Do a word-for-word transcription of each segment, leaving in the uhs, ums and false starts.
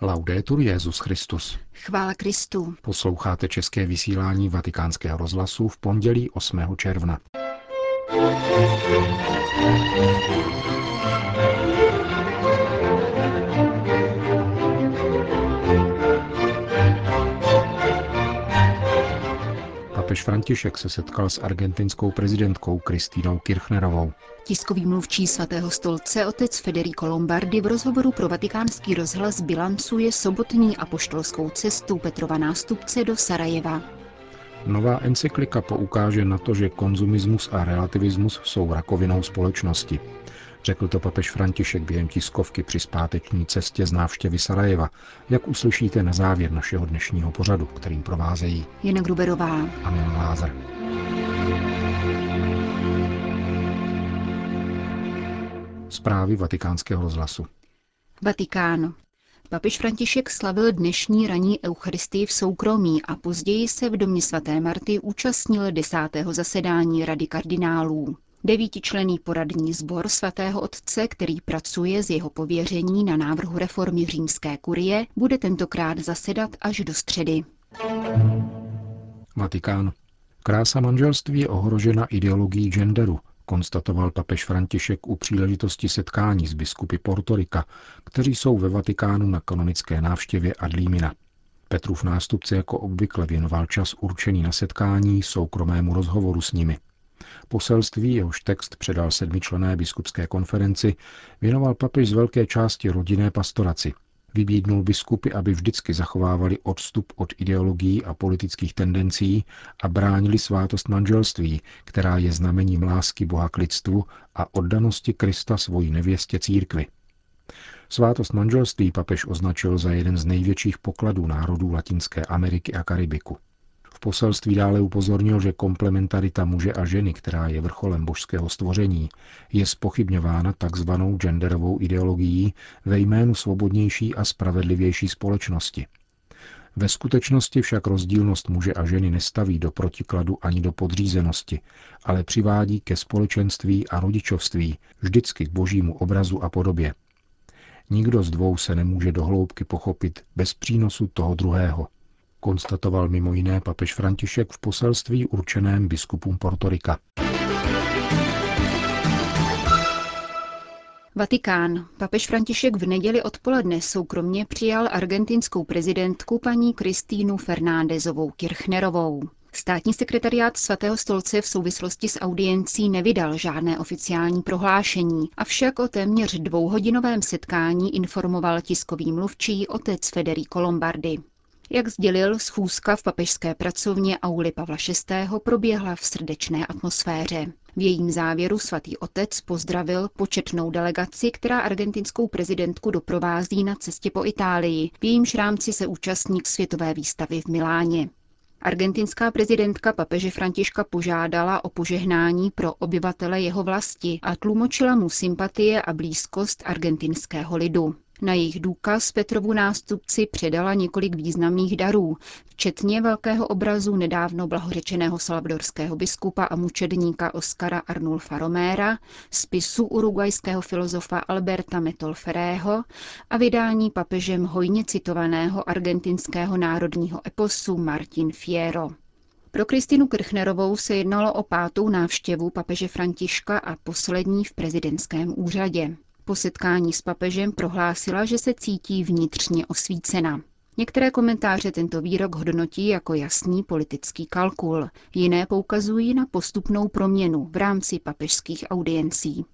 Laudetur Jesus Christus. Chvála Kristu. Posloucháte české vysílání Vatikánského rozhlasu v pondělí osmého června. Papež František se setkal s argentinskou prezidentkou Cristínou Kirchnerovou. Tiskový mluvčí Svatého stolce otec Federico Lombardi v rozhovoru pro Vatikánský rozhlas bilancuje sobotní apoštolskou cestu Petrova nástupce do Sarajeva. Nová encyklika poukáže na to, že konzumismus a relativismus jsou rakovinou společnosti. Řekl to papež František během tiskovky při zpáteční cestě z návštěvy Sarajeva, jak uslyšíte na závěr našeho dnešního pořadu, kterým provázejí Jana Gruberová a Milan Lázar. Zprávy Vatikánského rozhlasu. Vatikán. Papež František slavil dnešní ranní eucharistii v soukromí a později se v domě svaté Marty účastnil desátého zasedání Rady kardinálů. Devítičlenný poradní sbor svatého otce, který pracuje z jeho pověření na návrhu reformy římské kurie, bude tentokrát zasedat až do středy. Vatikán. Krása manželství je ohrožena ideologií genderu, konstatoval papež František u příležitosti setkání s biskupy Portorika, kteří jsou ve Vatikánu na kanonické návštěvě ad limina. Petrův nástupce jako obvykle věnoval čas určený na setkání soukromému rozhovoru s nimi. Poselství, jehož text předal sedmičlenné biskupské konferenci, věnoval papež z velké části rodinné pastoraci. Vybídnul biskupy, aby vždycky zachovávali odstup od ideologií a politických tendencí a bránili svátost manželství, která je znamením lásky Boha k lidstvu a oddanosti Krista svojí nevěstě církvi. Svátost manželství papež označil za jeden z největších pokladů národů Latinské Ameriky a Karibiku. V poselství dále upozornil, že komplementarita muže a ženy, která je vrcholem božského stvoření, je zpochybňována takzvanou genderovou ideologií ve jménu svobodnější a spravedlivější společnosti. Ve skutečnosti však rozdílnost muže a ženy nestaví do protikladu ani do podřízenosti, ale přivádí ke společenství a rodičovství, vždycky k božímu obrazu a podobě. Nikdo z dvou se nemůže do hloubky pochopit bez přínosu toho druhého, konstatoval mimo jiné papež František v poselství určeném biskupům Portorika. Vatikán. Papež František v neděli odpoledne soukromně přijal argentinskou prezidentku paní Cristínu Fernándezovou Kirchnerovou. Státní sekretariát Svatého stolce v souvislosti s audiencí nevydal žádné oficiální prohlášení, avšak o téměř dvouhodinovém setkání informoval tiskový mluvčí otec Federico Lombardi. Jak sdělil, schůzka v papežské pracovně Auly Pavla šestého proběhla v srdečné atmosféře. V jejím závěru svatý otec pozdravil početnou delegaci, která argentinskou prezidentku doprovází na cestě po Itálii, v jejímž rámci se účastní světové výstavy v Miláně. Argentinská prezidentka papeže Františka požádala o požehnání pro obyvatele jeho vlasti a tlumočila mu sympatie a blízkost argentinského lidu. Na jejich důkaz Petrovu nástupci předala několik významných darů, včetně velkého obrazu nedávno blahořečeného salvadorského biskupa a mučedníka Oscara Arnulfa Roméra, spisu uruguajského filozofa Alberta Metolferého a vydání papežem hojně citovaného argentinského národního eposu Martin Fierro. Pro Cristínu Kirchnerovou se jednalo o pátou návštěvu papeže Františka a poslední v prezidentském úřadě. Po setkání s papežem prohlásila, že se cítí vnitřně osvícena. Některé komentáře tento výrok hodnotí jako jasný politický kalkul, jiné poukazují na postupnou proměnu v rámci papežských audiencí.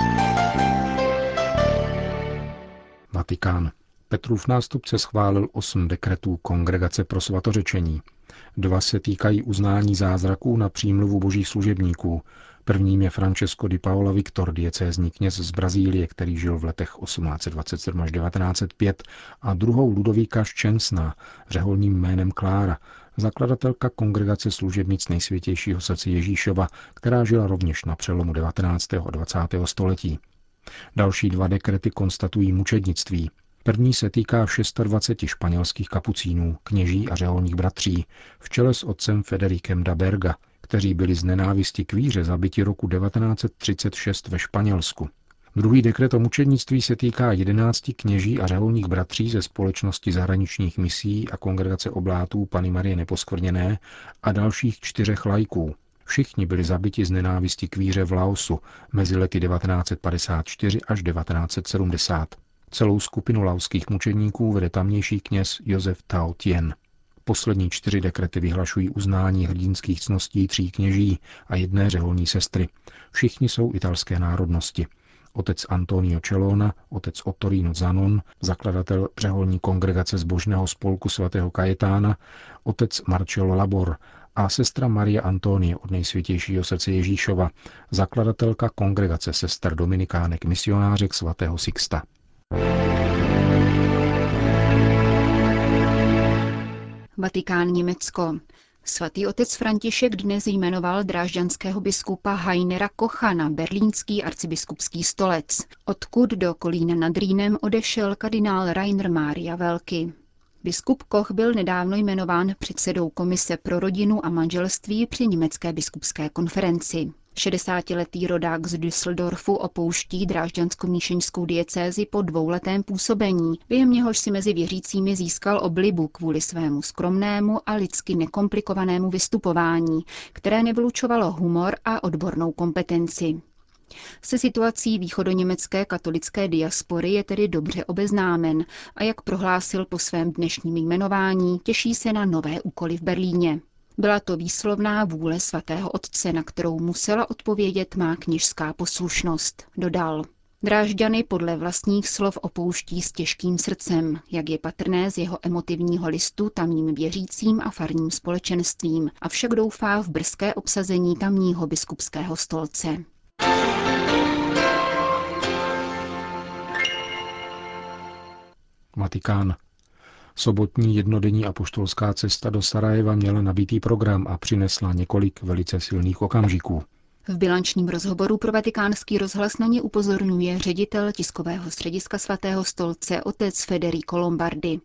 Vatikán. Petrův nástupce schválil osm dekretů Kongregace pro svatořečení. Dva se týkají uznání zázraků na přímluvu božích služebníků. Prvním je Francesco di Paola Victor, diecézní kněz z Brazílie, který žil v letech osmnáct dvacet sedm až devatenáct set pět, a druhou Ludovíka Ščensná, řeholním jménem Klára, zakladatelka Kongregace služebnic Nejsvětějšího srdce Ježíšova, která žila rovněž na přelomu devatenáctého a dvacátého století. Další dva dekrety konstatují mučednictví. První se týká dvaceti šesti španělských kapucínů, kněží a řeholních bratří, v čele s otcem Federikem da Berga, kteří byli z nenávisti k víře zabiti roku devatenáct set třicet šest ve Španělsku. Druhý dekret o mučednictví se týká jedenácti kněží a řeholních bratří ze společnosti zahraničních misí a kongregace oblátů Panny Marie Neposkvrněné a dalších čtyřech laiků. Všichni byli zabiti z nenávisti k víře v Laosu mezi lety devatenáct set padesát čtyři až devatenáct set sedmdesát. Celou skupinu laoských mučedníků vede tamnější kněz Josef Tao Tien. Poslední čtyři dekrety vyhlašují uznání hrdinských cností tří kněží a jedné řeholní sestry. Všichni jsou italské národnosti. Otec Antonio Celona, otec Ottorino Zanon, zakladatel řeholní kongregace zbožného spolku svatého Kajetána, otec Marcello Labor a sestra Maria Antonie od Nejsvětějšího srdce Ježíšova, zakladatelka kongregace sester dominikánek misionářek svatého Sixta. Vatikán, Německo. Svatý otec František dnes jmenoval drážďanského biskupa Heinera Kocha na berlínský arcibiskupský stolec, odkud do Kolína nad Rýnem odešel kardinál Rainer Maria Welki. Biskup Koch byl nedávno jmenován předsedou Komise pro rodinu a manželství při německé biskupské konferenci. šedesátiletý rodák z Düsseldorfu opouští drážďansko-míšeňskou diecézi po dvouletém působení, během něhož si mezi věřícími získal oblibu kvůli svému skromnému a lidsky nekomplikovanému vystupování, které nevylučovalo humor a odbornou kompetenci. Se situací východoněmecké katolické diaspory je tedy dobře obeznámen a jak prohlásil po svém dnešním jmenování, těší se na nové úkoly v Berlíně. Byla to výslovná vůle svatého otce, na kterou musela odpovědět má kněžská poslušnost, dodal. Drážďany podle vlastních slov opouští s těžkým srdcem, jak je patrné z jeho emotivního listu tamním věřícím a farním společenstvím, avšak doufá v brzké obsazení tamního biskupského stolce. Vatikán. Sobotní jednodenní apoštolská cesta do Sarajeva měla nabitý program a přinesla několik velice silných okamžiků. V bilančním rozhovoru pro Vatikánský rozhlas na ně upozorňuje ředitel tiskového střediska svatého stolce otec Federico Lombardi.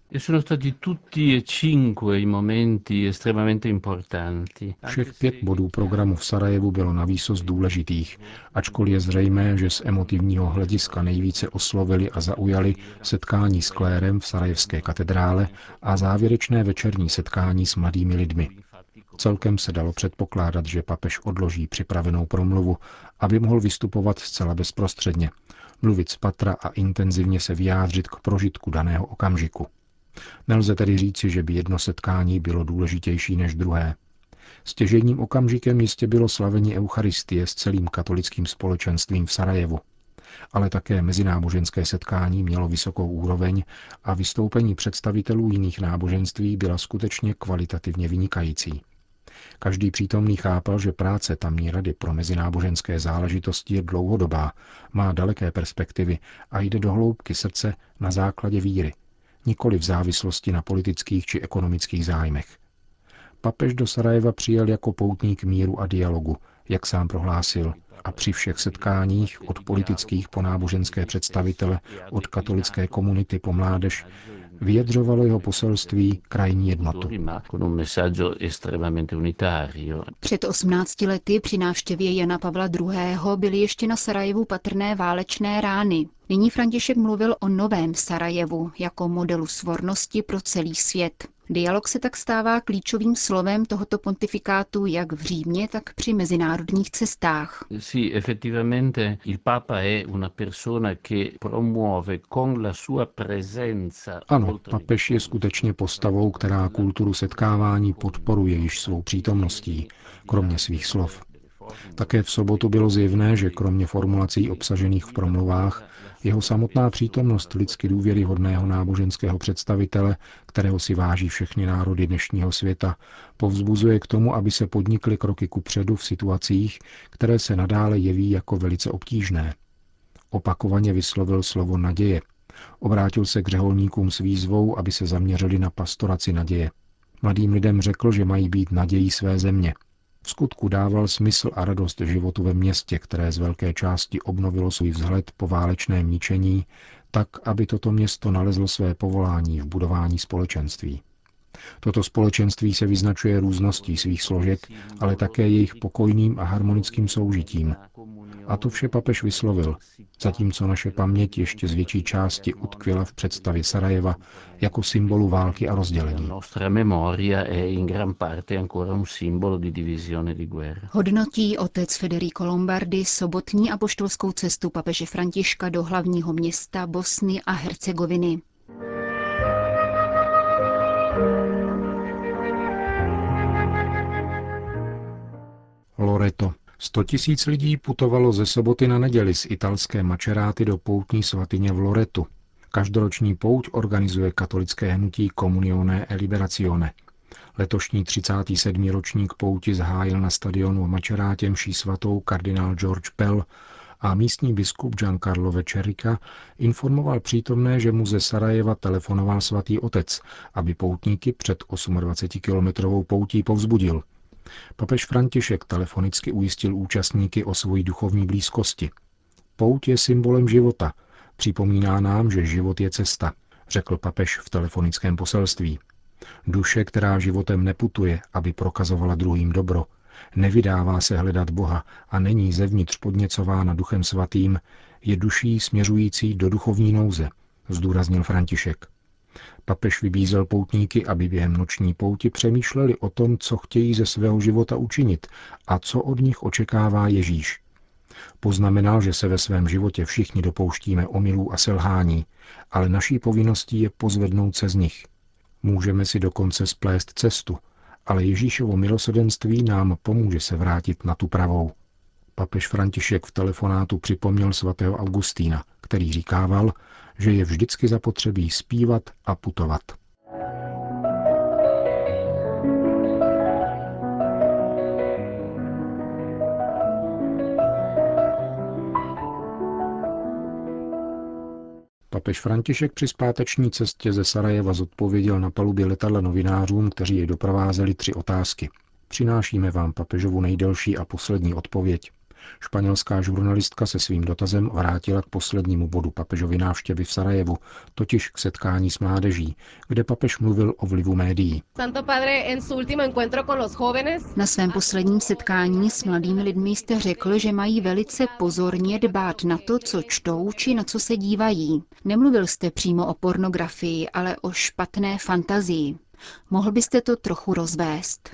Všech pět bodů programu v Sarajevu bylo navýsost důležitých, ačkoliv je zřejmé, že z emotivního hlediska nejvíce oslovili a zaujali setkání s klérem v sarajevské katedrále a závěrečné večerní setkání s mladými lidmi. Celkem se dalo předpokládat, že papež odloží připravenou promluvu, aby mohl vystupovat zcela bezprostředně, mluvit z patra a intenzivně se vyjádřit k prožitku daného okamžiku. Nelze tedy říci, že by jedno setkání bylo důležitější než druhé. Stěžejním okamžikem jistě bylo slavení Eucharistie s celým katolickým společenstvím v Sarajevu. Ale také mezináboženské setkání mělo vysokou úroveň a vystoupení představitelů jiných náboženství byla skutečně kvalitativně vynikající. Každý přítomný chápal, že práce tamní rady pro mezináboženské záležitosti je dlouhodobá, má daleké perspektivy a jde do hloubky srdce na základě víry, nikoli v závislosti na politických či ekonomických zájmech. Papež do Sarajeva přijel jako poutník míru a dialogu, jak sám prohlásil, a při všech setkáních, od politických po náboženské představitele, od katolické komunity po mládež, vyjadřovalo jeho poselství krajní jednotu. Před osmnácti lety při návštěvě Jana Pavla druhého. byly ještě na Sarajevu patrné válečné rány. Nyní František mluvil o novém Sarajevu jako modelu svornosti pro celý svět. Dialog se tak stává klíčovým slovem tohoto pontifikátu jak v Římě, tak při mezinárodních cestách. Ano, papež je skutečně postavou, která kulturu setkávání podporuje již svou přítomností, kromě svých slov. Také v sobotu bylo zjevné, že kromě formulací obsažených v promluvách, jeho samotná přítomnost lidsky důvěryhodného náboženského představitele, kterého si váží všechny národy dnešního světa, povzbuzuje k tomu, aby se podnikly kroky kupředu v situacích, které se nadále jeví jako velice obtížné. Opakovaně vyslovil slovo naděje. Obrátil se k řeholníkům s výzvou, aby se zaměřili na pastoraci naděje. Mladým lidem řekl, že mají být nadějí své země. V skutku dával smysl a radost životu ve městě, které z velké části obnovilo svůj vzhled po válečném ničení, tak, aby toto město nalezlo své povolání v budování společenství. Toto společenství se vyznačuje růzností svých složek, ale také jejich pokojným a harmonickým soužitím. A to vše papež vyslovil, zatímco naše paměť ještě z větší části utkvěla v představě Sarajeva jako symbolu války a rozdělení. Hodnotí otec Federico Lombardi sobotní apoštolskou cestu papeže Františka do hlavního města Bosny a Hercegoviny. Loreto. Sto tisíc lidí putovalo ze soboty na neděli z italské Maceráty do poutní svatyně v Loretu. Každoroční pouť organizuje katolické hnutí Comunione e Liberazione. Letošní třicátý sedmý ročník pouti zahájil na stadionu v Macerátě mší svatou kardinál George Pell a místní biskup Giancarlo Večerika informoval přítomné, že mu ze Sarajeva telefonoval svatý otec, aby poutníky před dvacetiosmikilometrovou poutí povzbudil. Papež František telefonicky ujistil účastníky o svojí duchovní blízkosti. Pouť je symbolem života, připomíná nám, že život je cesta, řekl papež v telefonickém poselství. Duše, která životem neputuje, aby prokazovala druhým dobro, nevydává se hledat Boha a není zevnitř podněcována Duchem svatým, je duší směřující do duchovní nouze, zdůraznil František. Papež vybízel poutníky, aby během noční pouti přemýšleli o tom, co chtějí ze svého života učinit a co od nich očekává Ježíš. Poznamenal, že se ve svém životě všichni dopouštíme omylů a selhání, ale naší povinností je pozvednout se z nich. Můžeme si dokonce splést cestu, ale Ježíšovo milosrdenství nám pomůže se vrátit na tu pravou. Papež František v telefonátu připomněl svatého Augustína, který říkával, že je vždycky zapotřebí zpívat a putovat. Papež František při zpáteční cestě ze Sarajeva zodpověděl na palubě letadla novinářům, kteří jej doprovázeli, tři otázky. Přinášíme vám papežovu nejdelší a poslední odpověď. Španělská žurnalistka se svým dotazem vrátila k poslednímu bodu papežovy návštěvy v Sarajevu, totiž k setkání s mládeží, kde papež mluvil o vlivu médií. Na svém posledním setkání s mladými lidmi jste řekl, že mají velice pozorně dbát na to, co čtou či na co se dívají. Nemluvil jste přímo o pornografii, ale o špatné fantazii. Mohl byste to trochu rozvést?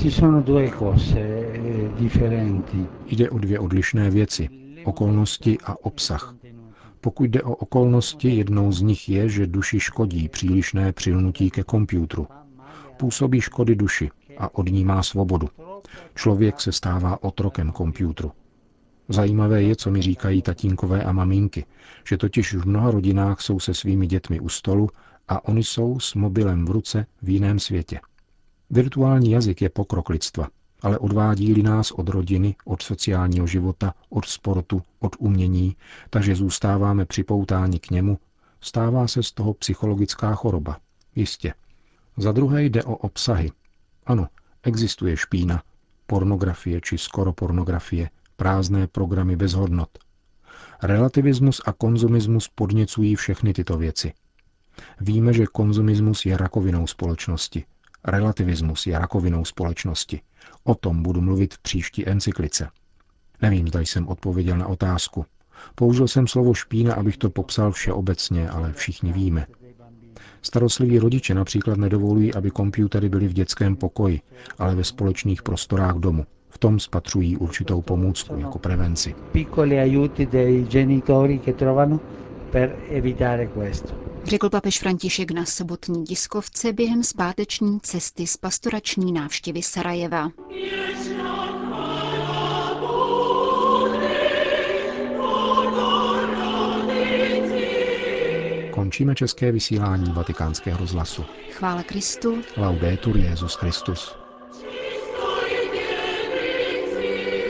Jde o dvě odlišné věci, okolnosti a obsah. Pokud jde o okolnosti, jednou z nich je, že duši škodí přílišné přilnutí ke kompjútru. Působí škody duši a odnímá svobodu. Člověk se stává otrokem kompjútru. Zajímavé je, co mi říkají tatínkové a maminky, že totiž v mnoha rodinách jsou se svými dětmi u stolu a oni jsou s mobilem v ruce v jiném světě. Virtuální jazyk je pokrok lidstva, ale odvádí-li nás od rodiny, od sociálního života, od sportu, od umění, takže zůstáváme připoutáni k němu, stává se z toho psychologická choroba. Jistě. Za druhé jde o obsahy. Ano, existuje špína, pornografie či skoro pornografie, prázdné programy bez hodnot. Relativismus a konzumismus podněcují všechny tyto věci. Víme, že konzumismus je rakovinou společnosti. Relativismus je rakovinou společnosti. O tom budu mluvit v příští encyklice. Nevím, zda jsem odpověděl na otázku. Použil jsem slovo špína, abych to popsal všeobecně, ale všichni víme. Starostliví rodiče například nedovolují, aby počítače byly v dětském pokoji, ale ve společných prostorách domu. V tom spatřují určitou pomůcku jako prevenci. Řekl papež František na sobotní tiskovce během zpáteční cesty z pastorační návštěvy Sarajeva. Končíme české vysílání Vatikánského rozhlasu. Chvála Kristu. Laudetur Jesus Christus.